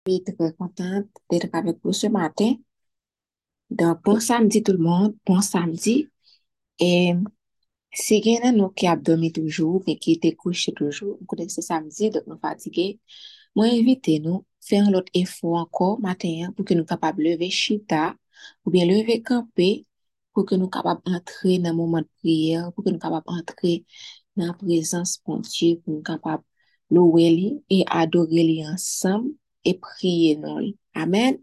suis très contente d'être avec vous ce matin. Donc, bon samedi tout le monde, bon samedi. Et si quelqu'un nous qui a dormi toujours, mais qui était couché toujours, on connaît que c'est samedi, donc nous fatigués, moi invite nous faire un autre effort encore matin hein, pour que nous capables de lever chita, ou bien lever camper, pour que nous capables d'entrer dans le moment de prière, pour que nous capables d'entrer dans la présence de Dieu, pour nous capables de louer lui et adorer lui ensemble et prier non lui. Amen.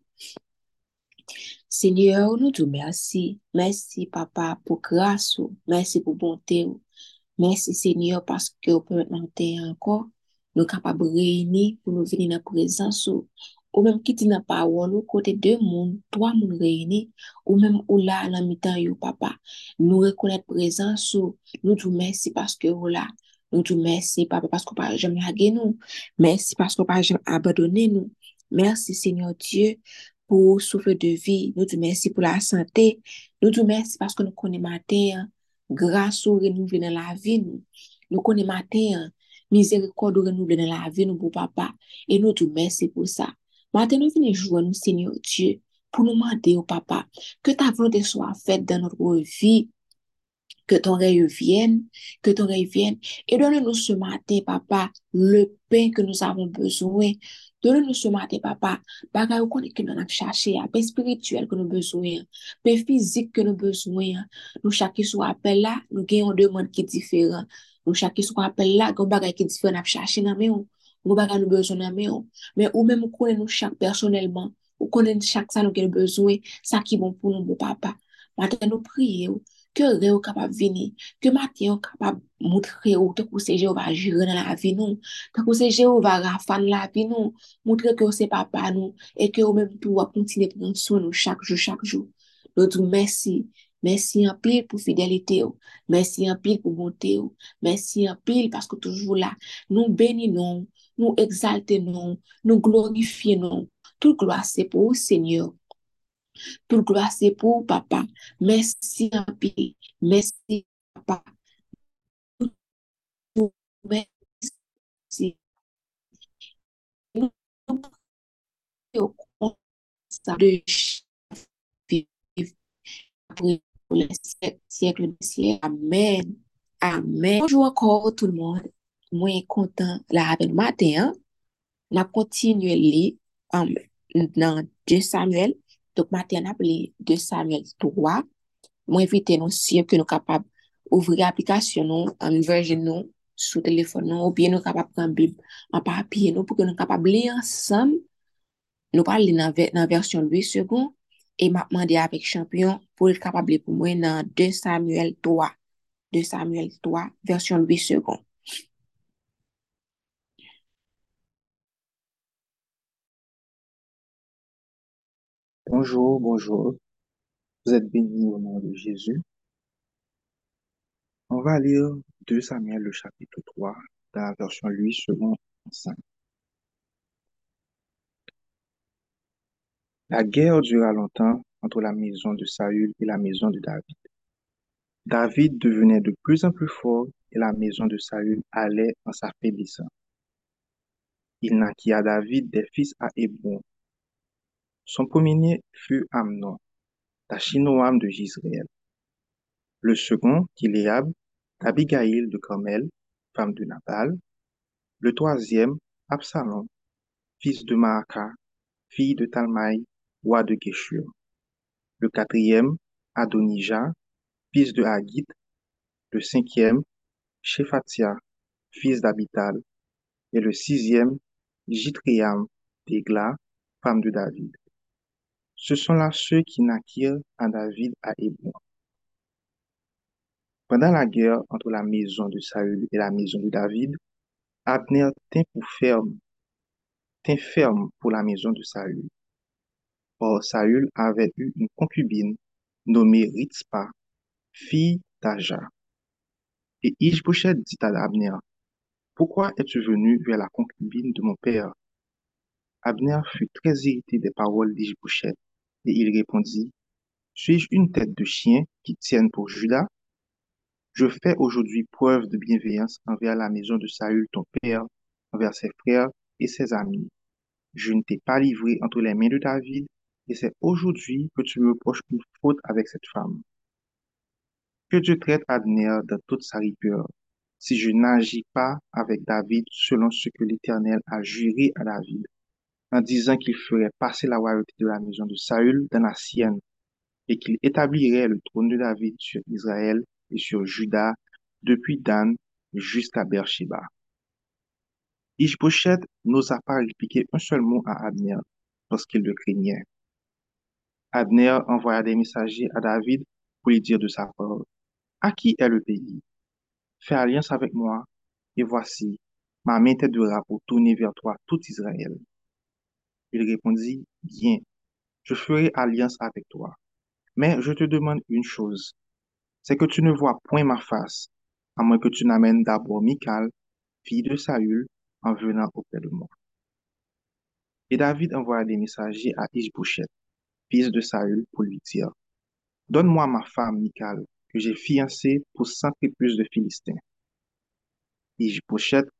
Seigneur, nous te merci. Merci, Papa, pour grâce. Merci pour bonté. Merci, Seigneur, parce que au matin encore, nous sommes capables de réunir pour nous venir dans la présence. Ou même quitter la parole, ou côté deux mondes, trois mondes réunis, ou même ou là, dans mi-temps, yo, Papa. Nous reconnaître présence. Nous te merci parce que ou là. Nous te merci, Papa, parce que pas jamais lagué nous. Merci parce que pas jamais abandonné nous. Merci, Seigneur Dieu pour souffle de vie. Nous te merci pour la santé. Nous te merci parce que nous connaissons matin, hein, grâce au renouvelé dans la vie. Nous connaissons matin, hein, miséricorde renouvelé dans la vie, nous, pour papa. Et nous te merci pour ça. Matin, nous venons jouer, nous, Seigneur Dieu, pour nous demander au papa que ta volonté soit faite dans notre vie, que ton règne vienne, que ton règne vienne. Et donne-nous ce matin, papa, le pain que nous avons besoin. Donne-nous ce matin, papa, bagay ou que nous avons cherché, pain spirituel que nous avons besoin, pain physique que nous avons besoin. Nous, chaque soit appel là, nous gagnons deux mondes qui sont différents. Nous, chaque soit appel là, nous bagay qui est différent, nous chercher dans nous. Nous bagay nous besoin dans nous. Mais ou même, nous connaissons chaque personnellement, ou connaissons chaque ça nous avons besoin, ça qui est bon pour nous, mon papa. Maintenant, nous prions que rêve est capable de venir, que matin est capable de montrer où que c'est Jéhovah agir dans la vie nous, que c'est Jéhovah rafan la vie nous, montrer que c'est papa nous, et que au même tout va continuer de prendre soin de nous chaque jour, chaque jour. Nous disons merci. Merci en pile pour fidélité, oh. Merci en pile pour bonté, oh. Merci en pile parce que toujours là, nous bénissons, nous exaltons, nous glorifions. Toute gloire c'est pour vous, Seigneur. Toute gloire, c'est pour papa. Merci en pile. Merci, papa. Tout merci. Nous prions comme ça de vivre après pour les siècles des siècles. Amen. Amen. Bonjour encore tout le monde. Moi, content là avec le matin. Hein? On a continué lire dans 2 Samuel. Donc, matin, on a appelé 2 Samuel 3. Moi, invite nous si que nous capables d'ouvrir l'application nous, en version nous, sous téléphone nous, ou bien nous capables de prendre Bible en papier nous, pour que nous capables de lire ensemble. Nous parlons dans version 8 secondes et m'a demandé avec champion pour être capable de lire pour moi dans 2 Samuel 3. 2 Samuel 3, version 8 secondes. Bonjour, bonjour. Vous êtes bénis au nom de Jésus. On va lire 2 Samuel, le chapitre 3, dans la version 8, second 5. La guerre dura longtemps entre la maison de Saül et la maison de David. David devenait de plus en plus fort et la maison de Saül allait en s'affaiblissant. Il naquit à David des fils à Hébron. Son premier fut Amnon, d'Achinoam de Gisréel. Le second, Kiléab, d'Abigaïl de Carmel, femme de Nabal. Le troisième, Absalom, fils de Maaka, fille de Talmaï, roi de Géshur. Le quatrième, Adonijah, fils de Haggith. Le cinquième, Shephatia, fils d'Abital. Et le sixième, Jithréam d'Égla, femme de David. Ce sont là ceux qui naquirent à David à Hébron. Pendant la guerre entre la maison de Saül et la maison de David, Abner tint ferme pour la maison de Saül. Or Saül avait eu une concubine nommée Ritzpa, fille d'Aja. Et Ishbosheth dit à Abner, pourquoi es-tu venu vers la concubine de mon père? Abner fut très irrité des paroles d'Ishbosheth, et il répondit, suis-je une tête de chien qui tienne pour Judas? Je fais aujourd'hui preuve de bienveillance envers la maison de Saül ton père, envers ses frères et ses amis. Je ne t'ai pas livré entre les mains de David, et c'est aujourd'hui que tu me reproches une faute avec cette femme. Que Dieu traite Abner de toute sa rigueur, si je n'agis pas avec David selon ce que l'Éternel a juré à David, en disant qu'il ferait passer la royauté de la maison de Saül dans la sienne, et qu'il établirait le trône de David sur Israël et sur Juda, depuis Dan jusqu'à Beersheba. Ishbosheth n'osa pas répliquer un seul mot à Abner, parce qu'il le craignait. Abner envoya des messagers à David pour lui dire de sa part, à qui est le pays? Fais alliance avec moi, et voici, ma main t'aidera pour tourner vers toi tout Israël. Il répondit, bien, je ferai alliance avec toi. Mais je te demande une chose, c'est que tu ne vois point ma face, à moins que tu n'amènes d'abord Michal, fille de Saül, en venant auprès de moi. Et David envoya des messagers à Ishbosheth, fils de Saül, pour lui dire, donne-moi ma femme Michal, que j'ai fiancée pour 100 prépuces de Philistins. Ishbosheth,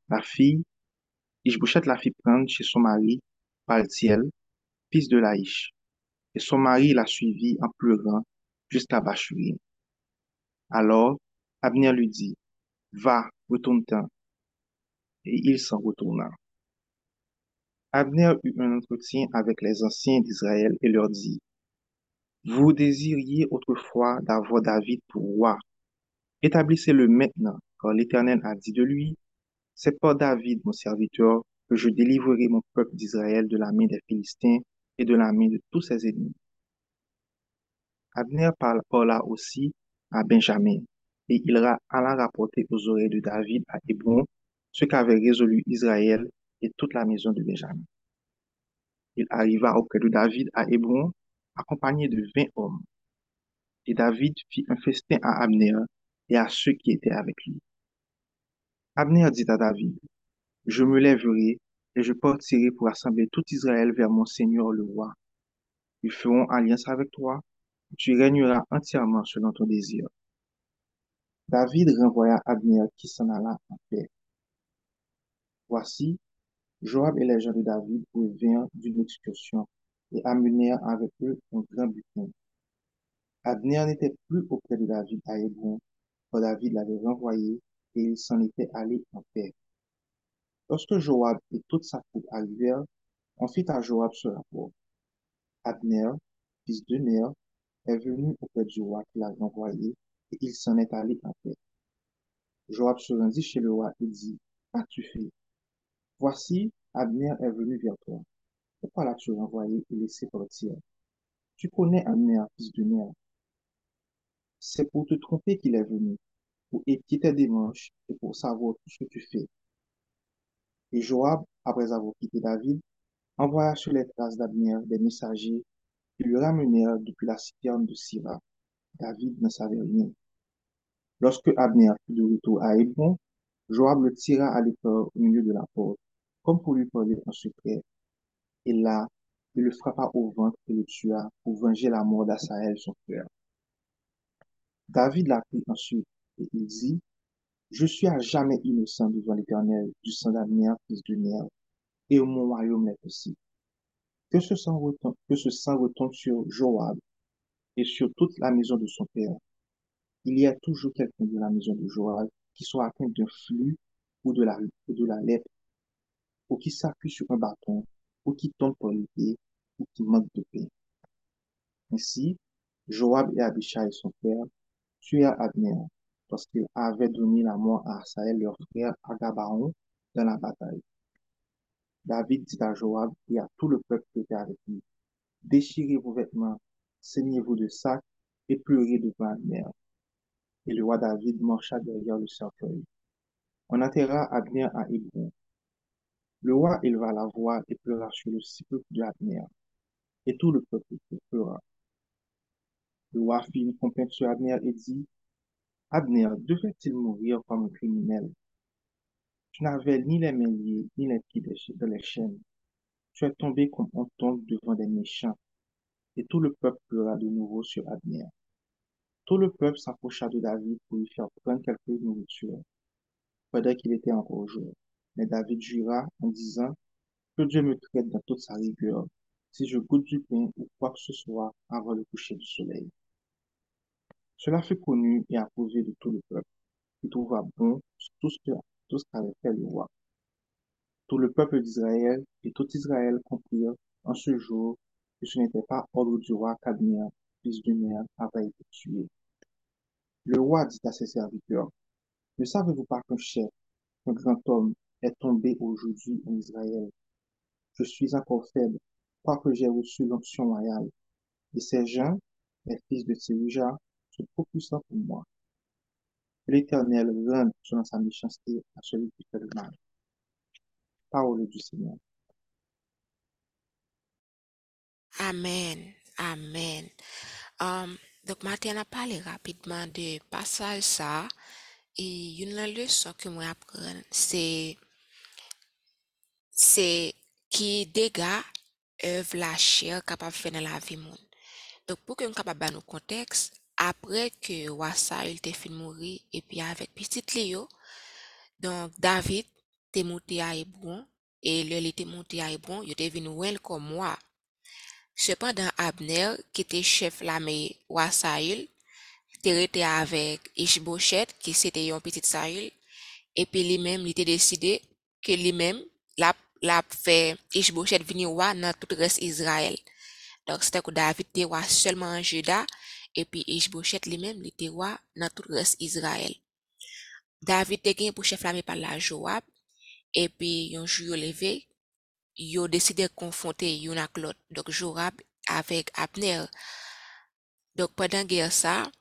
la fit prendre chez son mari, Paltiel, fils de Laïch, et son mari la suivit en pleurant jusqu'à Bachurim. Alors, Abner lui dit, va, retourne-t'en, et il s'en retourna. Abner eut un entretien avec les anciens d'Israël et leur dit, vous désiriez autrefois d'avoir David pour roi. Établissez-le maintenant, car l'Éternel a dit de lui, c'est par David, mon serviteur, que je délivrerai mon peuple d'Israël de la main des Philistins et de la main de tous ses ennemis. Abner parla aussi à Benjamin, et il alla rapporter aux oreilles de David à Hébron ce qu'avait résolu Israël et toute la maison de Benjamin. Il arriva auprès de David à Hébron, accompagné de 20 hommes. Et David fit un festin à Abner et à ceux qui étaient avec lui. Abner dit à David, je me lèverai et je partirai pour assembler tout Israël vers mon Seigneur le roi. Ils feront alliance avec toi, et tu régneras entièrement selon ton désir. David renvoya Abner qui s'en alla en paix. Voici, Joab et les gens de David revinrent d'une excursion et amenèrent avec eux un grand butin. Abner n'était plus auprès de David à Hébron, car David l'avait renvoyé et il s'en était allé en paix. Lorsque Joab et toute sa troupe arrivèrent, on fit à Joab ce rapport. Abner, fils de Ner, est venu auprès du roi qui l'a renvoyé et il s'en est allé en paix. Joab se rendit chez le roi et dit, qu'as-tu fait? Voici, Abner est venu vers toi. Pourquoi l'as-tu renvoyé et laissé partir? Tu connais Abner, fils de Ner. C'est pour te tromper qu'il est venu, pour épier tes démarches et pour savoir tout ce que tu fais. Et Joab, après avoir quitté David, envoya sur les traces d'Abner des messagers qui le ramenèrent depuis la citerne de Sira. David ne savait rien. Lorsque Abner fut de retour à Hébron, Joab le tira à l'écart au milieu de la porte, comme pour lui parler en secret. Et là, il le frappa au ventre et le tua pour venger la mort d'Asaël, son frère. David la prit ensuite et il dit, je suis à jamais innocent devant l'Éternel du sang d'Abner, fils de Ner, et mon royaume l'est aussi. Que ce sang retombe sur Joab et sur toute la maison de son père. Il y a toujours quelqu'un de la maison de Joab qui soit atteint d'un flux ou de la lèpre, ou qui s'appuie sur un bâton, ou qui tombe par l'épée, ou qui manque de pain. Ainsi, Joab et Abishai, son père, tuèrent Abner, parce qu'il avait donné la mort à Asaël, leur frère, à Gabaon, dans la bataille. David dit à Joab et à tout le peuple qui était avec lui, déchirez vos vêtements, saignez-vous de sac et pleurez devant Abner. Et le roi David marcha derrière le cercueil. On enterra Abner à Hébron. Le roi éleva la voix et pleura sur le sépulcre de Abner, et tout le peuple pleura. Le roi fit une complainte sur Abner et dit, Abner devait-il mourir comme un criminel? Tu n'avais ni les mains liées, ni les pieds dans les chaînes. Tu es tombé comme on tombe devant des méchants. Et tout le peuple pleura de nouveau sur Abner. Tout le peuple s'approcha de David pour lui faire prendre quelque nourriture, pendant qu'il était encore jour. Mais David jura en disant, Que Dieu me traite dans toute sa rigueur si je goûte du pain ou quoi que ce soit avant le coucher du soleil. Cela fut connu et approuvé de tout le peuple, qui trouva bon tout ce qu'avait fait le roi. Tout le peuple d'Israël et tout Israël comprirent en ce jour que ce n'était pas ordre du roi qu'Abner, fils du maire, avait été tué. Le roi dit à ses serviteurs, ne savez-vous pas qu'un chef, un grand homme, est tombé aujourd'hui en Israël? Je suis encore faible, quoique j'ai reçu l'onction royale. Et ces gens, les fils de Tsérouja, sont trop puissants pour moi. Que l'Éternel rende selon sa méchanceté à celui qui fait le mal. Parole du Seigneur. Amen. Amen. Donc, maintenant, on a parlé rapidement de passage ça. Et une leçon que moi apprendre, c'est qui dégâts œuvre la chair capable de faire dans la vie monde. Donc, pour que nous capable de nous contexte, après que roi Saül était fait mourir, et puis avec petit Léo, donc David était monté à Hébron, et il était monté à Hébron, il était venu well comme moi. Cependant, Abner, qui était chef l'armée roi Saül, était avec Ishbosheth, qui c'était un petit Saül, et puis lui-même, il était décidé que lui-même, l'a fait Ishbosheth venir roi dans tout le reste Israël. Donc, c'était que David était roi seulement en Juda, et puis Ishbosheth lui-même, il était roi dans tout le reste Israël. David était gagné pour chef l'armée par la Joab, et puis, un jour levé, il a décidé de confronter yon ak l'autre. Donc, Joab avec Abner. Donc, pendant guerre ça,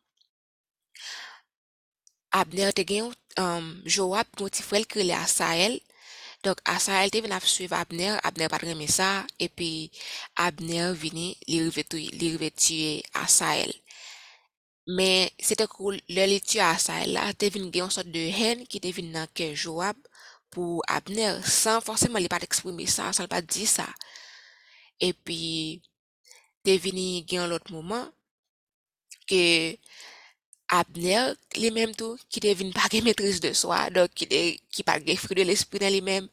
Abner te gen Joab kon ti frèl ki le Asael. Donc, Asael te vin ap suiv Abner pat reme ça, et puis Abner vini li rive tuer Asael. Mais c'était cool, le tuer Asael là, te vin gen yon sorte de haine qui te vin nan ke Joab pour Abner, sans forcément li pat exprimer ça, sans pas dire ça. Et puis, te vini gen l'autre moment que Abner lui-même tout qui devine pas de maîtrise de soi, donc qui pas de fruit de l'esprit dans lui-même,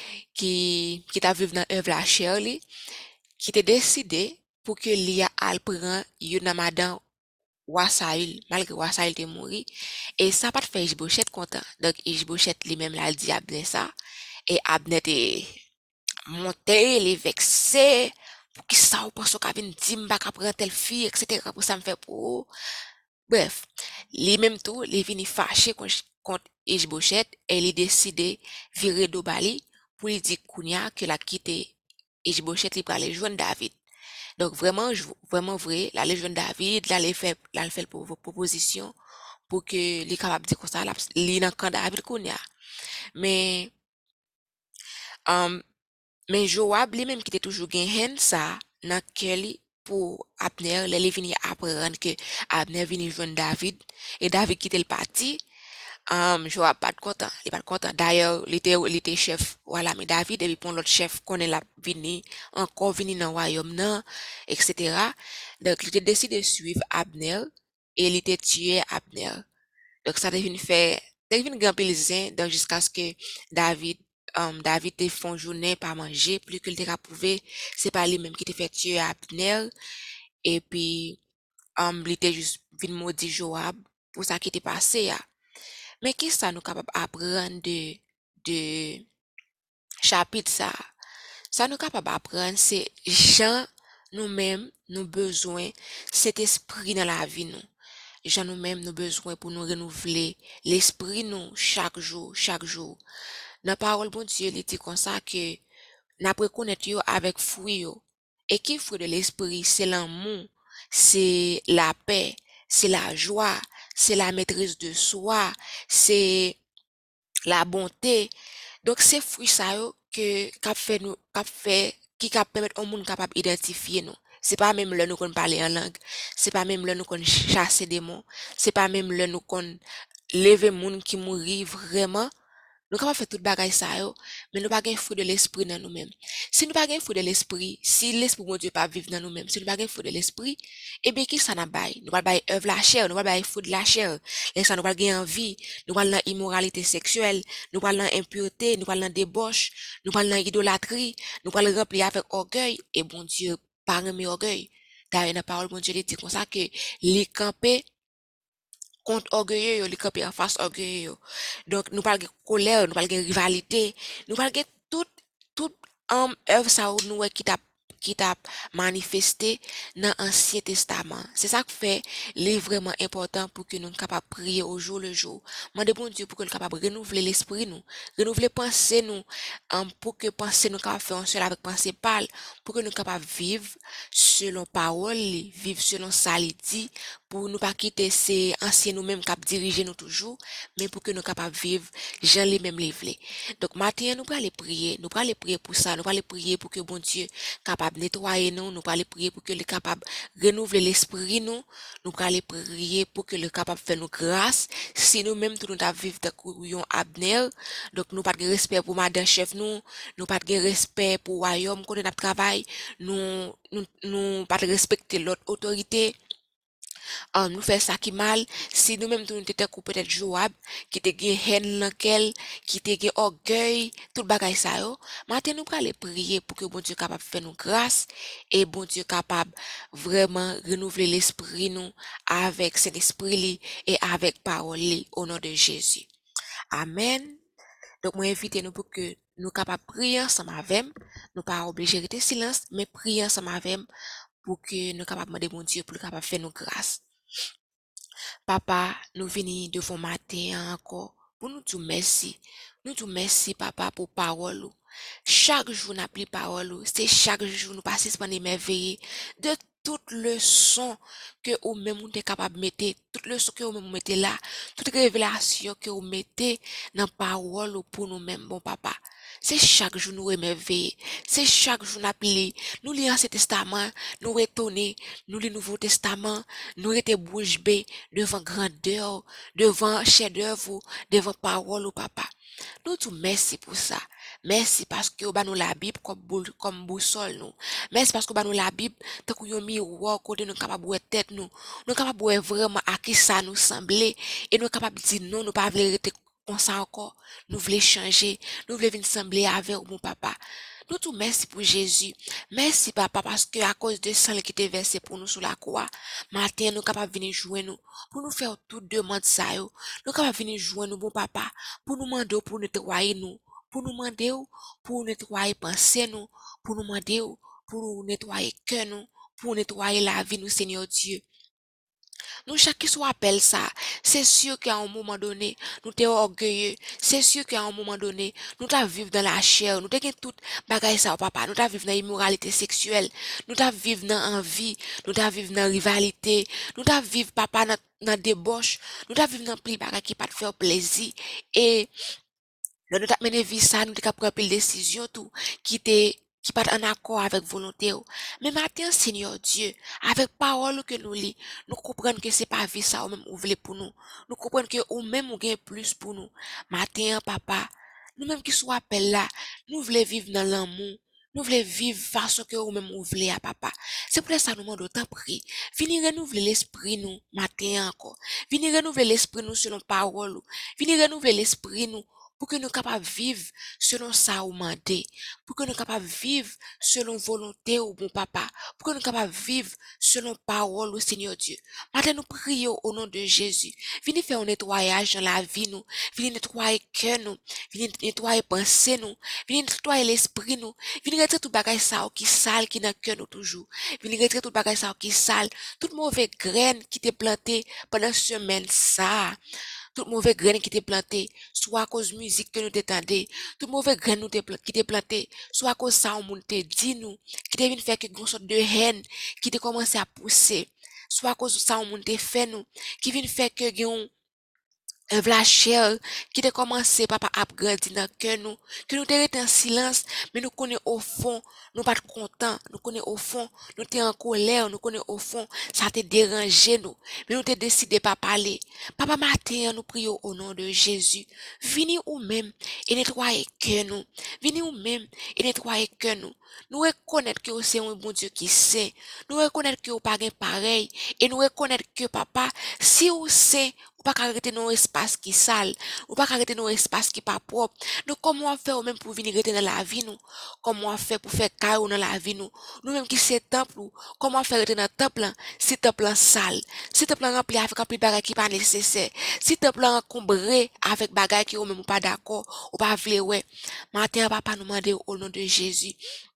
qui t'a vivre dans œuvre la chair li, qui t'a décidé pour que l'IA al prend yon madame roi Saül, malgré roi Saül te mouri, et ça pas de faire Ishbosheth content. Donc Ishbosheth lui-même l'a dit Abner ça, et Abner te monté, il est vexé, pour qui ça ou pense qu'on vient dire m'pa ka prendre telle fille, etc. pour ça me fait pour. Bref, lui-même tout, il est venu fâché contre Ishbosheth et il a décidé virer d'Obali pour lui dire Kounia que la quitté Ishbosheth il aller joindre David. Donc vraiment, vraiment vrai, la joindre David, là il fait proposition pour que les capable de dire comme ça, li nan camp David Kounia. Mais um, mais Joab lui-même qui était toujours gen haine ça dans Kelly pour Abner, il vini apprendre que Abner vini joindre David et David quitte le parti. Joab pas de content, il pas de content. D'ailleurs, il était chef voilà mais David et puis pour l'autre chef connaît la vini encore vini dans royaume nan, etc. Donc il a décidé de suivre Abner et il était tué Abner. Donc ça devine grand plaisir donc jusqu'à ce que David David te font journée pas manger plus qu'il t'a prouvé c'est pas lui-même qui te fait tuer Abner et puis il était juste vinn maudit Joab pour ça qui était passé là. Mais qu'est-ce que ça nous capable apprendre de chapitre ça? Ça nous capable apprendre c'est gens nous-mêmes nous besoin cet esprit dans la vie nous. Gens nous-mêmes nous besoin pour nous renouveler l'esprit nous chaque jour, chaque jour. Dans la parole bon Dieu, il dit comme ça que n'a reconnaître yo avec fruit yo. Et qui fruit de l'esprit, c'est l'amour, c'est la paix, c'est la joie, c'est la maîtrise de soi, c'est la bonté. Donc c'est fruit ça yo que cap fait qui cap permettre au monde capable identifier nous. C'est pas même là nous qu'on parler en langue, c'est pas même là nous qu'on chasser des démons, c'est pas même là nous qu'on lever monde qui mourit vraiment Nous capable faire toute bagaille ça yo, mais nous pas gain fruit de l'esprit dans nous-mêmes. Si nous pas gain fruit de l'esprit, si l'esprit de Dieu pas vivre dans nous-mêmes, si nous pas gain fruit de l'esprit, eh bien qui ça n'a bail? Nous pas bail œuvre la chair, nous pas bail fruit de la chair. Et ça nous pas gain envie, nous pas dans immoralité sexuelle, nous pas dans impureté, nous pas dans débauche, nous pas dans idolâtrie, nous pas remplir avec orgueil et bon Dieu pas remet orgueil. D'ailleurs, la parole bon Dieu dit comme ça que les camper contre orgueilleux, yo, li camper en face orgueilleux. Yo. Donc, nous parlons de colère, nous parlons de rivalité, nous parlons de toute œuvre ça ou nous qui t'a manifesté dans l'Ancien Testament. C'est ça qui fait les vraiment important pour que nous soyons capables de prier au jour le jour. Demandez bon Dieu pour que nous soyons capables de renouveler l'esprit nous, renouveler pensée nous, pour que pensée nous capable faire un seul avec pensée pâle, pour que nous soyons capables de vivre selon parole, vivre selon ça dit, pour nous pas quitter ces anciens nous-mêmes qui diriger nous toujours, mais pour que nous capables de vivre Jean les mêmes livres. Donc matin nous aller prier, nous aller prier pour ça, nous aller prier pour que bon Dieu capable de nettoyer nous aller prier pour que le capable de renouveler l'esprit nous aller prier pour que le capable de faire nous grâce, si nous-mêmes tout nous ta vivre de couillon Abner, donc nous pas de respect pour madame chef nous pas de respect pour royaume côté notre travail, nous pas de respecter l'autre autorité. Nous fait ça qui mal, si nous-mêmes nous t'étais peut-être Joab, qui te gen haine laquelle, qui te gen orgueil, tout bagay ça yo, matin nous aller prier pour que bon Dieu capable faire nous grâce, et bon Dieu capable vraiment renouveler l'esprit nous, avec cet esprit li, et avec parole li, au nom de Jésus. Amen. Donc, moi, invite nous pour que nous capables de prier ensemble avec, nous pas obligés de rester silence, mais prier ensemble avec, pour que nous capables de demander bon Dieu pour capable faire nous grâce. Papa, nous venons devant matin encore pour nous dire merci. Nous disons merci, papa, pour parole. Chaque jour, nous appelons parole. C'est chaque jour, nous passons par des merveilles de toute leçon que vous même vous êtes capable de mettre, toute leçon que vous même mettez là, toute révélation que vous mettez dans la parole pour nous-mêmes, bon papa. C'est chaque jour nous émerveiller. C'est chaque jour nous appeler. Nous lisons l'Ancien Testament, nous retourner, nous lisons le Nouveau Testament, nous étions bouche bée devant grandeur, devant chef-d'œuvre, devant parole au papa. Nous disons merci pour ça. Merci parce que vous nous la Bible comme boussole nous. Merci parce que vous nous la Bible tant que vous miroir côté nous capable de tête nous. Nous capable de vraiment à qui ça nous semblait et nous capable de dire non, nous pas voulons rester comme ça encore. Nous voulons changer, nous voulons venir sembler avec mon papa. Nous tout merci pour Jésus. Merci papa parce que à cause de sang qui était versé pour nous sur la croix, matin nous capable venir jouer nous pour nous faire toute demande ça yo. Nous capable venir jouer nous bon papa pour nous demander pour nettoyer nous, pour nous demander pour nettoyer pensée nous, pour nous demander pour nettoyer cœur nous, pour nettoyer la vie nous Seigneur Dieu. Nous, chaque qui soit appelle ça, c'est sûr qu'à un moment donné, nous t'es orgueilleux. C'est sûr qu'à un moment donné, nous t'as vivre dans la chair, nous t'es tout bagaille ça, papa. Nous t'as vivre dans l'immoralité sexuelle, nous t'as vivre dans envie, nous t'as vivre dans rivalité, nous t'as vivre, papa, dans débauche, nous t'as vivre dans pile bagaille qui pas te faire plaisir. Et, là, nous t'as mené vie ça, nous t'as pris pile décision tout, qui pas en accord avec volonté. Mais maintenant, Seigneur Dieu, avec parole que nous lit, nous comprenons que c'est pas vie ça ou même ou voulez pour nous. Nous comprenons que ou même ou gain plus pour nous. Matin, papa, nous même qui soit appel là, nous voulons vivre dans l'amour. Nous voulons vivre façon que ou même ou voulez à papa. C'est pour ça que nous demandons tant prix. Venez renouveler l'esprit nous, matin encore. Venez renouveler l'esprit nous selon parole. Venez renouveler l'esprit nous pour que nous capables de vivre selon ça ou mandé, pour que nous capables de vivre selon volonté ou bon papa, pour que nous capables de vivre selon parole au Seigneur Dieu. Maintenant, nous prions au nom de Jésus. Venez faire un nettoyage dans la vie nous, venez nettoyer cœur nous, venez nettoyer pensée nous, venez nettoyer l'esprit nous, venez retirer tout bagage ça qui sale qui dans cœur nous toujours, venez retirer tout bagage ça qui sale, toute mauvaise graine qui t'est plantée pendant semaine ça. Toute mauvaise graine qui t'est plantée, soit à cause de musique que nous t'étendons, toute mauvaise graine qui t'est plantée, soit à cause de ça, on te dit nous, qui t'est venu faire quelque sorte de haine, qui t'est commencé à pousser, soit à cause de ça, on te fait nous, qui vient faire que la chair qui a commencé, papa, à grandir dans le cœur nous, que nous t'es en silence, mais nous connaissons au fond, nous pas contents, nous connaissons au fond, nous t'es en colère, nous connaissons au fond, ça t'a dérangé nous, mais nous t'es décidé pas parler. Papa, matin, nous prions au nom de Jésus. Venez ou même et nettoyer cœur nous. Venez ou même et nettoyer cœur nous. Nous reconnaître que c'est un bon Dieu qui sait. Nous reconnaître que vous pas pareil. Et nous reconnaître que papa, si vous sait, ou pas arrêter nos espaces qui sale, ou pas arrêter nos espaces qui pas propre. Donc, comment on fait ou même pour venir rester dans la vie, nous? Comment on fait pour faire carreau dans la vie, nous? Nous-mêmes qui c'est temple, comment on fait rester dans le temple, là? Si temple là sale, si temple là rempli avec un peu de bagages qui pas nécessaire, si temple là encombré avec bagages qui ou même pas d'accord, ou pas vle ouais. Matin, papa nous demande au nom de Jésus.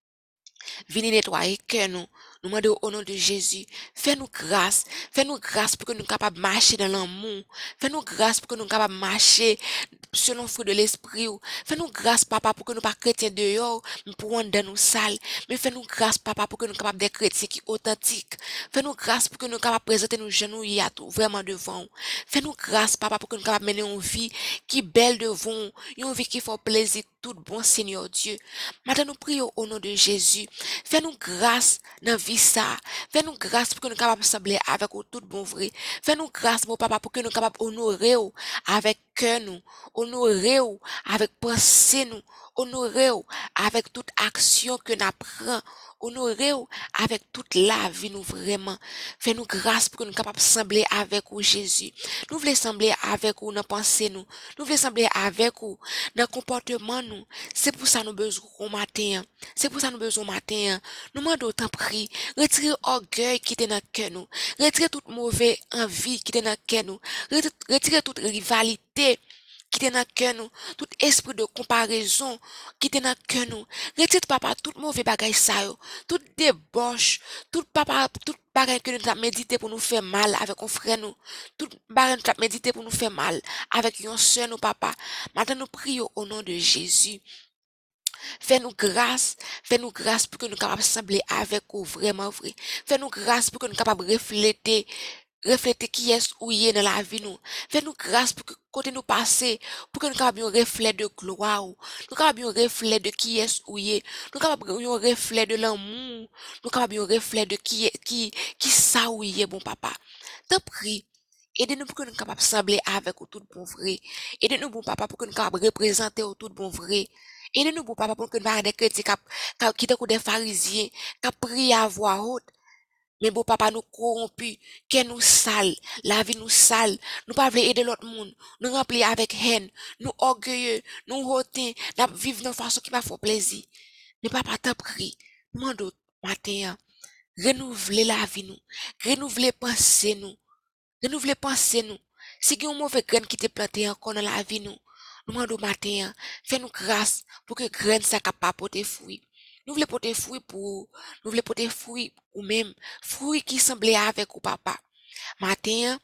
Venez nettoyer cœur nous. Nous demandons au nom de Jésus. Fais-nous grâce. Fais-nous grâce pour que nous soyons capables de marcher dans l'amour. Fais-nous grâce pour que nous soyons capables de marcher selon le fruit de l'esprit. Fais-nous grâce, papa, pour que nous ne soyons pas chrétiens dehors, mais pour rendre dans nos salles. Mais fais-nous grâce, papa, pour que nous soyons capables d'être chrétiens qui authentiques. Fais-nous grâce pour que nous soyons capables de présenter nos genoux à tout vraiment devant. Fais-nous grâce, papa, pour que nous soyons capables de mener une vie qui est belle devant. Une vie qui fait plaisir tout bon, Seigneur Dieu. Maintenant, nous prions au nom de Jésus. Fais-nous grâce dans la vie ça. Fais-nous grâce pour que nous soyons capables de sembler avec tout bon vrai. Fais-nous grâce, mon papa, pour que nous soyons capables d'honorer avec cœur nous. Honorer avec pensée nous. Honorer avec toute action que nous prenons. Honorer avec toute la vie nous vraiment. Fais-nous grâce pour que nous soyons capables de sembler avec vous, Jésus. Nous voulons sembler avec vous dans la pensée nous. Nous voulons sembler avec vous dans le comportement nous. C'est pour ça que nous avons besoin au matin. C'est pour ça que nous avons besoin au matin. Nous demandons autant prix. Retirez orgueil qui est dans le cœur nous. Retirez toute mauvaise envie qui est dans le cœur nous. Retirez toute rivalité qui est dans le cœur nous. Tout esprit de comparaison qui est dans le cœur nous. Retirez, papa, tout mauvais bagage ça yo. Toute débauche. Tout papa, tout bagage que nous avons médité pour nous faire mal avec un frère nous. Tout bagage que nous avons médité pour nous faire mal avec une soeur nous, papa. Maintenant, nous prions au nom de Jésus. Fais-nous grâce pour que nous soyons capables de sembler avec vous vraiment vrai. Fais-nous grâce pour que nous soyons capables de refléter qui est ou y est dans la vie nous. Fais-nous grâce pour que côté nous passer, pour que nous soyons capables de un reflet de gloire, nous soyons capables de un reflet de qui est ou y est, nous sommes capables de un reflet de l'amour, nous sommes capables de un reflet de qui ça ou y est, bon papa. Te prie. Aidez-nous pour que nous soyons capables de sembler avec vous tout bon vrai. Aidez-nous, bon papa, pour que nous soyons capables de représenter vous tout bon vrai. Aidez-nous, bon papa, pour que nous soyons des chrétiens qui sont des pharisiens, qui prient à voix haute. Mais bon papa nous corrompus, que nous sale, la vie nous sale, nous pas voulons aider l'autre monde, nous remplis avec haine, nous orgueilleux, nous hautains, nous vivons d'une façon qui m'a fait plaisir. Mais papa t'en prie, demande matin, renouveler la vie nous, renouveler penser nous, renouveler penser nous. Si il y a un mauvais grain qui te planté encore dans la vie nous, nous demandons matin, fais-nous grâce pour que grain ça capable porter fruit. Nous voulons porter fruit pour, nous voulons porter fruit ou même fruit qui semblait avec ou papa. Matin,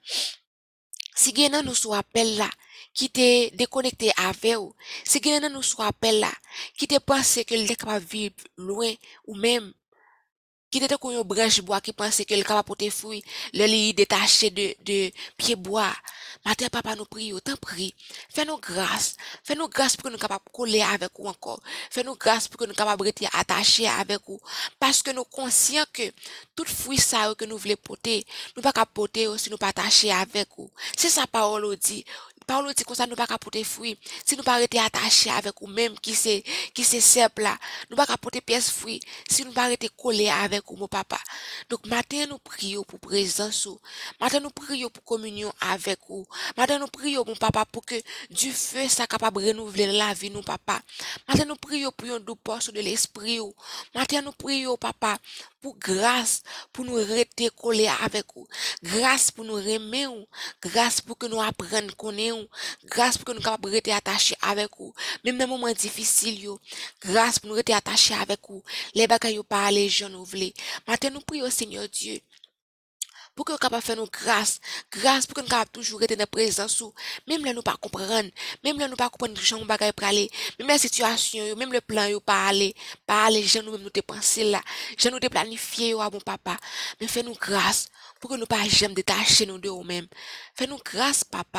si quelqu'un nous soit appel là, qui t'est déconnecté avec ou, si quelqu'un nous soit appel là, qui t'est pensé que il est capable de vivre loin ou même qui était comme une branche bois qui pensait qu'elle capable porter fruit, le lit détaché de pied bois. Matin, papa, nous prions, t'en prie. Fais-nous grâce. Fais-nous grâce pour que nous capables de coller avec vous encore. Fais-nous grâce pour que nous capables de rester attachés avec vous. Parce que nous conscients que tout fruit ça que nous voulons porter, nous pas capable porter si nous pas attachés avec vous. C'est ça parole dit. Parole dit comme ça nous pas capable porter fruit. Si nous pas rester attachés avec vous même qui c'est simple là, nous pas capable porter pièce fruit si nous pas rester collés avec vous mon papa. Donc matin nous prions pour présence ou. Matin nous prions pour communion avec vous. Matin nous prions mon papa pour que du feu ça capable de renouveler la vie nous papa. Matin nous prions pour un doux poste de l'esprit ou. Matin nous prions papa pour grâce pour nous rester collés avec vous. Grâce pour nous aimer ou. Grâce pour que nous apprenions connaître ou. Grâce pour que nous capables de rester attachés avec vous. Même dans les moments difficiles yo. Grâce pour nous rester attachés avec vous. Les bagages yo pas aller je nous voulons. Matin nous prions Seigneur Dieu pour que nous capable faire nous grâce pour que nous capable toujours être dans la présence ou même là nous pas comprendre, même là nous pas comprendre que champ bagay pour aller, même la situation yo, même le plan yo pas aller, je nous même nous te penser là, je nous te planifier yo à bon papa, mais fais nous grâce pour que nous pas jamais détacher nous de nous même. Fais nous grâce papa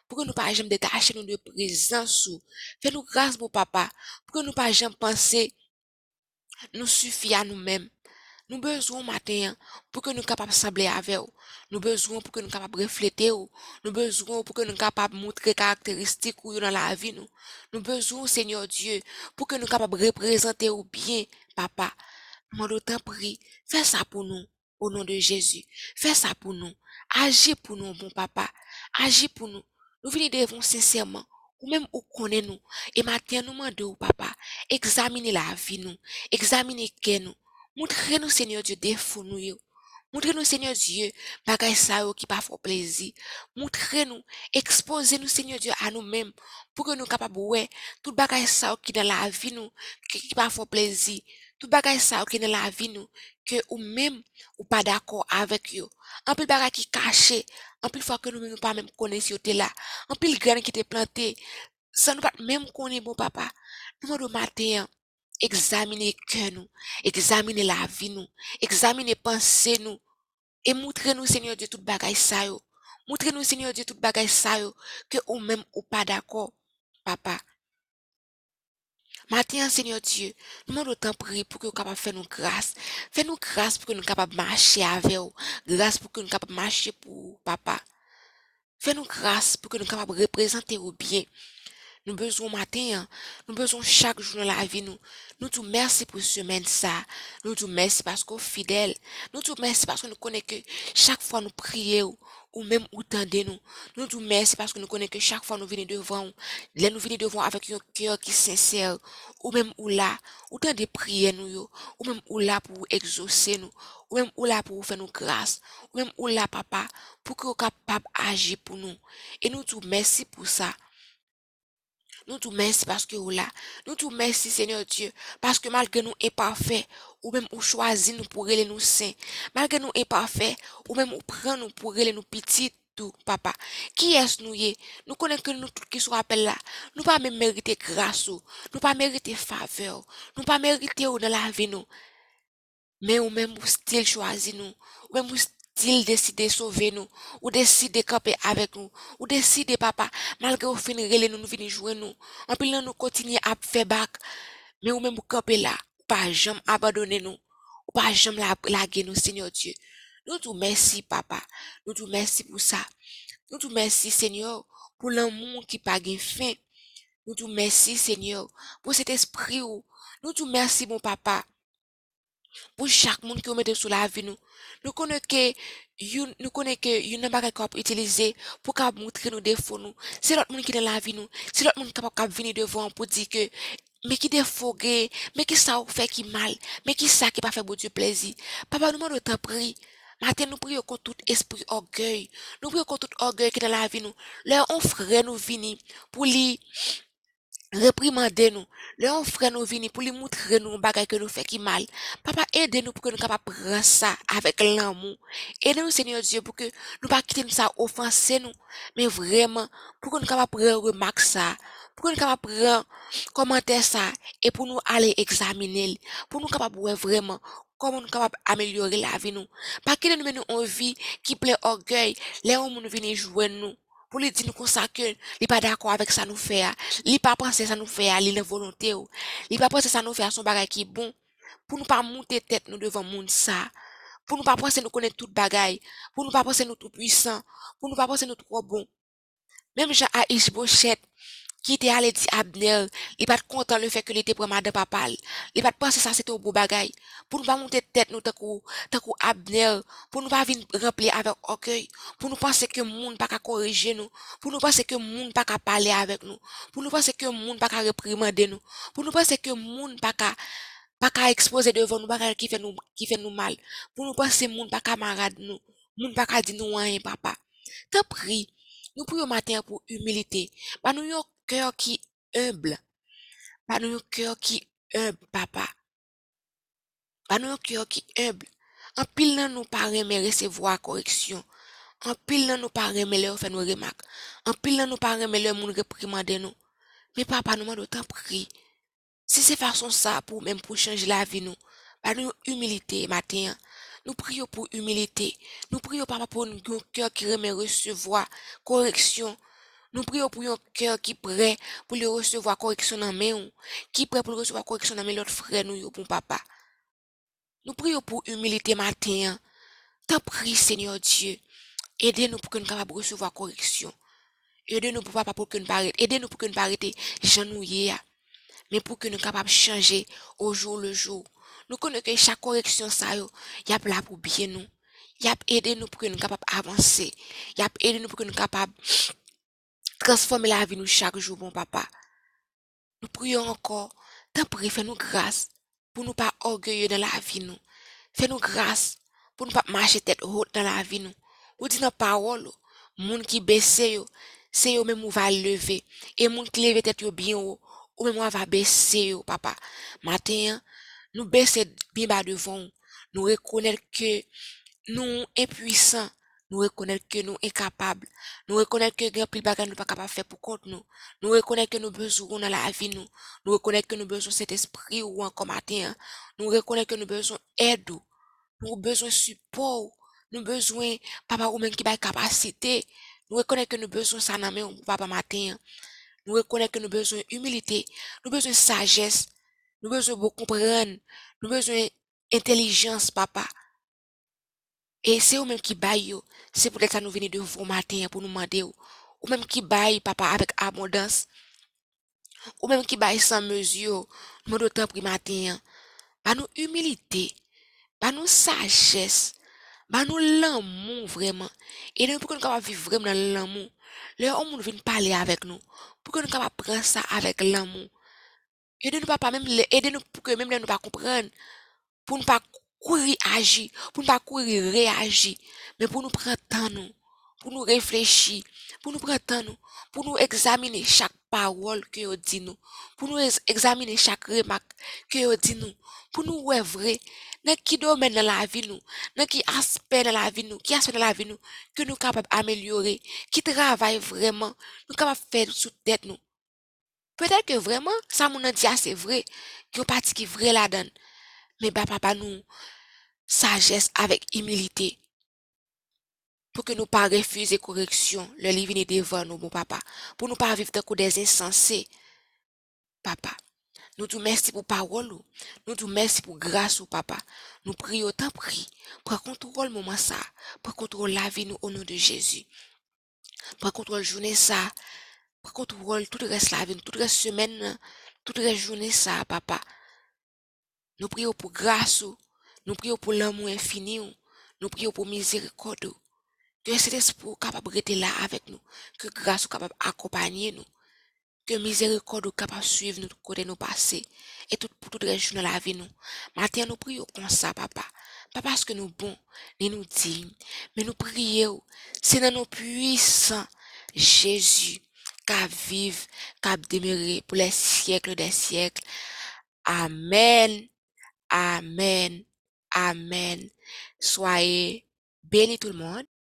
pour que nous pas jamais détacher nous de présence. Fais-nous grâce, mon papa, pour que nous pas jamais penser nous suffit à nous-mêmes. Nous besoin matin pour que nous capables de sembler avec vous. Nous besoin pour que nous capables de refléter ou. Nous besoin pour que nous capables de montrer caractéristiques ou dans la vie nous. Nous besoin Seigneur Dieu pour que nous capables de représenter ou bien papa. Nous t'en prie, fais ça pour nous au nom de Jésus. Fais ça pour nous. Agis pour nous bon papa. Agis pour nous. Nous venons devant sincèrement ou même où connaît nous et matin nous demandons papa examiner la vie nous, examiner que nous. Montrez-nous, Seigneur Dieu, défaut nous yo. Montrez-nous, Seigneur Dieu, bagay sa yo qui pas fort plaisir. Montrez-nous, exposez-nous, Seigneur Dieu, à nous-mêmes, pour que nous capables, ouais, tout bagay sa yo qui dans la vie nous, qui pas fort plaisir. Tout bagay sa yo qui dans la vie nous, que ou même, ou pas d'accord avec yo. Un peu bagay qui caché, un peu fois que nous pas même connaître yo t'es là. Un peu le grain qui t'est planté, ça nous pas même connaître, bon papa. Nous demandons matin, examiner cœur nous, examiner la vie nous, examiner pensée nous, et montrez-nous, Seigneur Dieu, tout bagay sa yo. Montrez-nous, Seigneur Dieu, tout bagay sa yo, que ou même ou pas d'accord, papa. Matin, Seigneur Dieu, nous demandons autant prier pour que nous capables de faire nous grâce. Fais-nous grâce pour que nous capables de marcher avec vous. Grâce pour que nous capables de marcher pour vous, papa. Fais-nous grâce pour que nous capables de représenter au bien. Nous besoin matin, nous besoin chaque jour dans la vie nous. Nous te merci pour ce semaine ça. Nous te merci parce qu'on est fidèle. Nous te merci parce que nous connaissons que chaque fois nous prions ou même ou tendez nous. Nous te merci parce que nous connaissons que chaque fois nous venons devant, là nous venons devant avec un cœur qui est sincère ou même ou là, ou tendez prier nous yo, ou même ou là pour exaucer nous, ou même ou là pour faire nous grâce, ou même ou là papa pour que nous capable d'agir pour nous. Et nous te merci pour ça. Nous te merci parce que vous là. Nous te merci, Seigneur Dieu, parce que malgré nous imparfaits, ou même ou choisi nous pour aller nous saints, malgré nous imparfaits, ou même ou prend nous pour aller nous petits, tout, papa. Qui est-ce nous y est? Nous connaissons que nous tous qui sont appelés là, nous pas même mériter grâce, nous pas mériter faveur, nous pas mériter dans la vie nous. Mais ou même ou style choisi nous, ou même ou style décider sauver nous, ou décider camper avec nous, ou décider papa, malgré au fin relais nous, nous venir jouer nous, en plus nous continuer à faire bac, mais ou même ou camper là, ou pas jamais abandonner nous, ou pas jamais laguer nous, Seigneur Dieu. Nous te merci papa, nous te merci pour ça, nous te merci Seigneur, pour l'amour qui pas gain fin, nous te merci Seigneur, pour cet esprit où, nous te merci mon papa, pour chaque monde qui met sur la vie nous. Nous connaissons que nous connaissons que une bagage qu'on peut utiliser pour montrer nos défauts nous. C'est l'autre monde qui est dans la vie nous. C'est l'autre monde qui capable venir devant pour dire que mais qui défaut gay, mais qui ça fait qui mal, mais qui ça qui pas fait bon Dieu plaisir. Papa nous demande de prier. Matin nous prions contre tout esprit orgueil. Nous prions contre tout orgueil qui est dans la vie nous. Là on frère nous venir pour lui réprimander nous. Là, on frère nous venir pour lui montrer nous un bagage que nous fait qui mal. Papa, aidez-nous pour que nous capables prendre ça avec l'amour. Aidez-nous, Seigneur Dieu, pour que nous pas quitter ça offenser nous. Mais vraiment, pour que nous capables prendre remarque ça. Pour que nous capables prendre commenter ça. Et pour nous aller examiner. Pour nous capables voir vraiment comment nous capables améliorer la vie nous. Pas quitter nous mener une vie qui plaît orgueil. Là, on nous venir jouer nous. Pour lui dire nous comme ça que, il pas d'accord avec ça nous faire. Il pas penser ça nous faire, il est volonté ou. Il pas penser ça nous faire son bagage qui est bon. Pour nous pas monter tête nous devant monde ça. Pour nous pas penser nous connaître tout bagage. Pour nous pas penser nous tout puissant. Pour nous pas penser nous trop bon. Même Jean a Ishboshet, qui était allé dire Abner, il pas content le fait que il était pour madame papa. Il pas penser ça c'était un beau bagage. Pour nous pas monter tête nous tant que Abner, pour nous pas venir remplir avec orgueil, pour nous penser que monde pas qu'à corriger nous, pour nous penser que monde pas qu'à parler avec nous, pour nous penser que monde pas qu'à réprimander nous, pour nous penser que monde pas qu'à exposer devant nous bagage qui fait nous mal, pour nous penser monde pas camarade nous, monde pas qu'à dire nous rien papa. Te prie, nous prions matin pour humilité. Pas nous un cœur qui humble. Pas nous un cœur qui humble, papa. Pas nous un cœur qui humble. En pile nan nous pas aimer recevoir correction. En pile nan nous pas aimer leur faire nous remarques. En pile nan nous pas aimer leur moun réprimander nous. Mais papa nous demande autant prier. Si c'est façon ça pour même pour changer la vie nous. Pas nous humilité matin. Nous prions pour humilité. Nous prions papa pour un cœur qui remet recevoir correction. Nous prions pour un cœur qui est prêt pour le recevoir correction dans main, qui est prêt pour le recevoir correction dans l'autre frère nous yo pour papa. Nous prions pour humilité matin. T'en prie Seigneur Dieu, aidez-nous pour que nous capables de recevoir correction. Aidez-nous pour papa pour que nous arrêter, aidez-nous pour que nous arrêter genouiller, mais pour que nous capables de changer au jour le jour. Nous connaissons que chaque correction ça yo, y a là pour bien nous. Y a aidé nous pour que nous capables avancer. Y a aidé nous pour que nous capables transformer la vie nous chaque jour, bon papa. Nous prions encore, t'en prie, fais-nous grâce pour nous pas orgueilleux dans la vie nous. Fais-nous grâce pour nous pas marcher tête haute dans la vie nous. Ou dit dans parole, moun qui baisse yo, c'est yo même ou va lever. Et moun qui lève tête yo bien haut, ou même ou va baisser yo, papa. Matin, nous baisser bien bas devant nous. Nous reconnaître que nous impuissants, nous reconnaître que nous incapables, nous reconnaître que grand pile bagage nous pas capable faire pour compte nous, nous reconnaître que nous besoin dans la vie nous reconnaître que nous besoin cet esprit ou encore matin, nous reconnaître que nous besoin aide, nous besoin support, nous besoin papa ou même qui ba capacité, nous reconnaître que nous besoin ça dans main papa matin, nous reconnaître que nous besoin humilité, nous besoin sagesse, nous besoin beaucoup comprendre, nous besoin intelligence papa. Et c'est vous-même qui baille, c'est peut-être ça nous venir de vous matin pour nous demander, ou même qui baille, papa, avec abondance, ou même qui baille sans mesure, nous d'autant pris matin, bah nous humilité, bah nous sagesse, bah nous l'amour vraiment, et nous pour que nous capables vivre vraiment dans l'amour, le homme vient parler avec nous, pour que nous capables prendre ça avec l'amour, aidez-nous papa, même, aidez-nous pour que même nous pas comprendre, pour ne pas courir agir, pour ne pas courir réagir, mais pour nous prendre temps nous, pour nous réfléchir, pour nous prendre temps nous, pour nous examiner chaque parole que vous dit nous, pour nous examiner chaque remarque que vous dit nous, pour nous ouais vrai, dans qui domaine dans la vie nous, dans qui aspect dans la vie nous, qui aspect dans la vie nous, que nous capables d'améliorer, qui travaille vraiment, nous capables de faire sous tête nous. Peut-être que vraiment, ça mon dit c'est vrai, que parti qui vrai la donne, mais bah papa nous, sagesse avec humilité pour que nous pas refuser correction le livre est devant nous mon papa pour nous pas vivre de des insensés papa nous te merci pour parole nous te merci pour grâce au papa nous prions tant prie prends contrôle moment ça prends contrôle la vie nous au nom de Jésus prends contrôle journée ça prends contrôle tout le reste la vie tout le reste semaine tout le reste journée ça papa nous prions pour grâce nous prions pour l'amour infini nous prions pour miséricorde que cet esprit capable de rester là avec nous, que grâce soit capable d'accompagner nous, que miséricorde soit capable de suivre nous côté nous passés et tout pour toute région de la vie nous. Matin nous prions comme ça papa. Pas parce que nous bons, ni nous dignes, mais nous prions, c'est dans nos puissants Jésus qui vive, qui demeure pour les siècles des siècles. Amen. Amen. Amen. Soyez bénis tout le monde.